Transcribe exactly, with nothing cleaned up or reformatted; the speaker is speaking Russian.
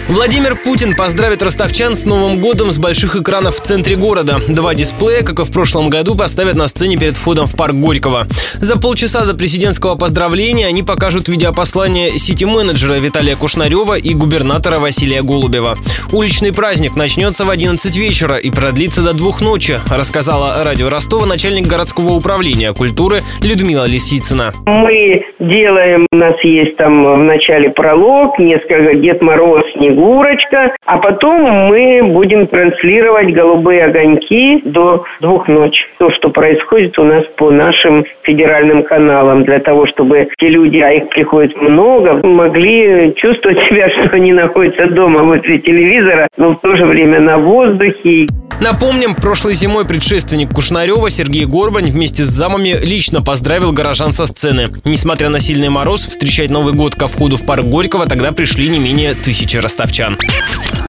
Владимир Путин поздравит ростовчан с Новым годом с больших экранов в центре города. Два дисплея, как и в прошлом году, поставят на сцене перед входом в парк Горького. За полчаса до президентского поздравления они покажут видеопослание сити-менеджера Виталия Кушнарева и губернатора Василия Голубева. Уличный праздник начнется в одиннадцать вечера и продлится до двух ночи, рассказала радио Ростова начальник городского управления культуры Людмила Лисицына. Мы делаем, у нас есть там в начале пролог, несколько Дед Мороз, Снегурочка, а потом мы будем транслировать «Голубые огоньки» до двух ночи. То, что происходит у нас по нашим федеральным каналам, для того, чтобы те люди, а их приходит много, могли чувствовать себя, что они находятся дома возле телевизора, но в то же время на воздухе. Напомним, прошлой зимой предшественник Кушнарева Сергей Горбань вместе с замами лично поздравил горожан со сцены. Несмотря на сильный мороз, встречать Новый год ко входу в парк Горького тогда пришли не менее тысячи ростовчан.